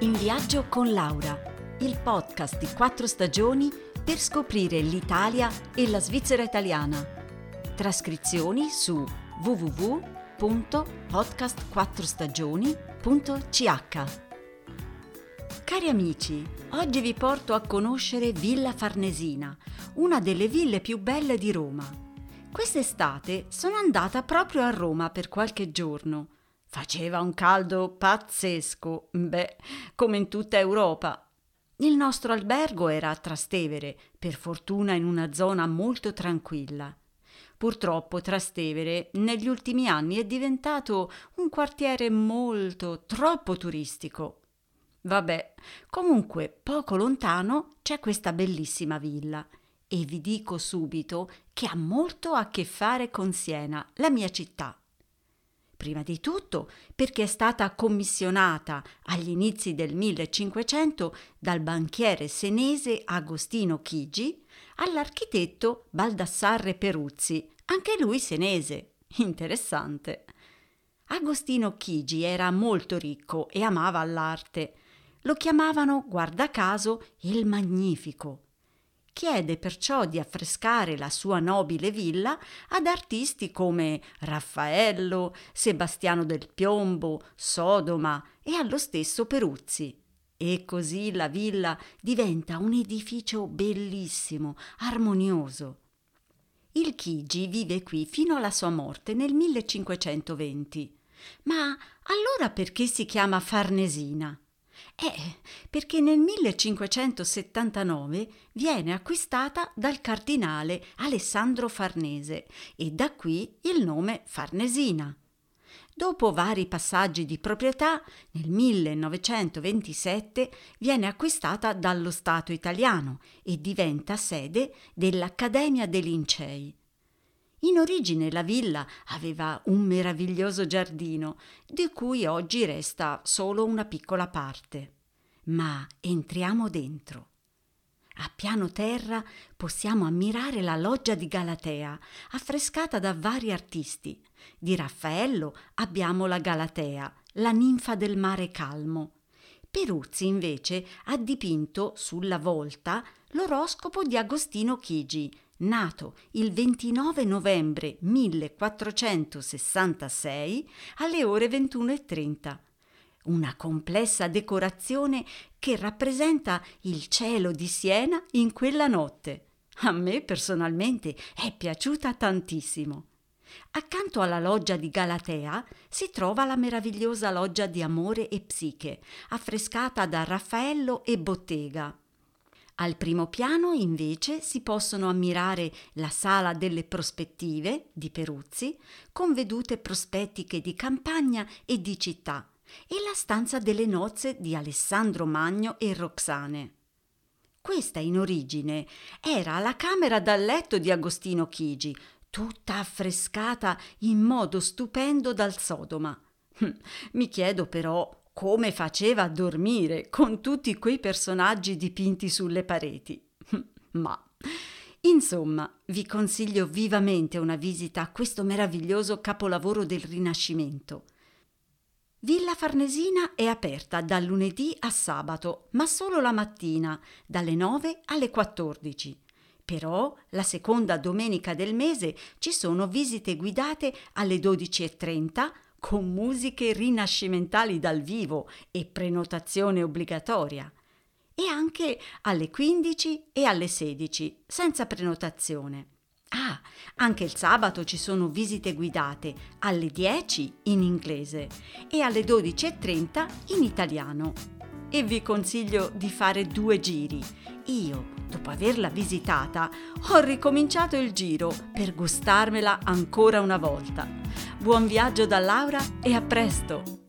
In viaggio con Laura, il podcast di 4 stagioni per scoprire l'Italia e la Svizzera italiana. Trascrizioni su www.podcast4stagioni.ch. Cari amici, oggi vi porto a conoscere Villa Farnesina, una delle ville più belle di Roma. Quest'estate sono andata proprio a Roma per qualche giorno. Faceva un caldo pazzesco, come in tutta Europa. Il nostro albergo era a Trastevere, per fortuna in una zona molto tranquilla. Purtroppo Trastevere negli ultimi anni è diventato un quartiere troppo turistico. Comunque poco lontano c'è questa bellissima villa e vi dico subito che ha molto a che fare con Siena, la mia città. Prima di tutto perché è stata commissionata agli inizi del 1500 dal banchiere senese Agostino Chigi all'architetto Baldassarre Peruzzi, anche lui senese. Interessante. Agostino Chigi era molto ricco e amava l'arte. Lo chiamavano, guarda caso, il Magnifico. Chiede perciò di affrescare la sua nobile villa ad artisti come Raffaello, Sebastiano del Piombo, Sodoma e allo stesso Peruzzi. E così la villa diventa un edificio bellissimo, armonioso. Il Chigi vive qui fino alla sua morte nel 1520. Ma allora perché si chiama Farnesina? Perché nel 1579 viene acquistata dal cardinale Alessandro Farnese e da qui il nome Farnesina. Dopo vari passaggi di proprietà, nel 1927 viene acquistata dallo Stato italiano e diventa sede dell'Accademia dei Lincei. In origine la villa aveva un meraviglioso giardino, di cui oggi resta solo una piccola parte. Ma entriamo dentro. A piano terra possiamo ammirare la loggia di Galatea, affrescata da vari artisti. Di Raffaello abbiamo la Galatea, la ninfa del mare calmo. Peruzzi invece ha dipinto sulla volta l'oroscopo di Agostino Chigi, nato il 29 novembre 1466 alle ore 21:30. Una complessa decorazione che rappresenta il cielo di Siena in quella notte. A me personalmente è piaciuta tantissimo. Accanto alla loggia di Galatea si trova la meravigliosa loggia di Amore e Psiche, affrescata da Raffaello e Bottega. Al primo piano, invece, si possono ammirare la Sala delle Prospettive di Peruzzi, con vedute prospettiche di campagna e di città, e la Stanza delle Nozze di Alessandro Magno e Roxane. Questa, in origine, era la camera da letto di Agostino Chigi, tutta affrescata in modo stupendo dal Sodoma. Mi chiedo però come faceva a dormire con tutti quei personaggi dipinti sulle pareti. Ma, insomma, vi consiglio vivamente una visita a questo meraviglioso capolavoro del Rinascimento. Villa Farnesina è aperta dal lunedì a sabato, ma solo la mattina, dalle 9 alle 14. Però la seconda domenica del mese ci sono visite guidate alle 12:30 con musiche rinascimentali dal vivo e prenotazione obbligatoria, e anche alle 15 e alle 16 senza prenotazione. Anche il sabato ci sono visite guidate alle 10 in inglese e alle 12:30 in italiano. E vi consiglio di fare 2 giri. Io, dopo averla visitata, ho ricominciato il giro per gustarmela ancora una volta. Buon viaggio da Laura e a presto!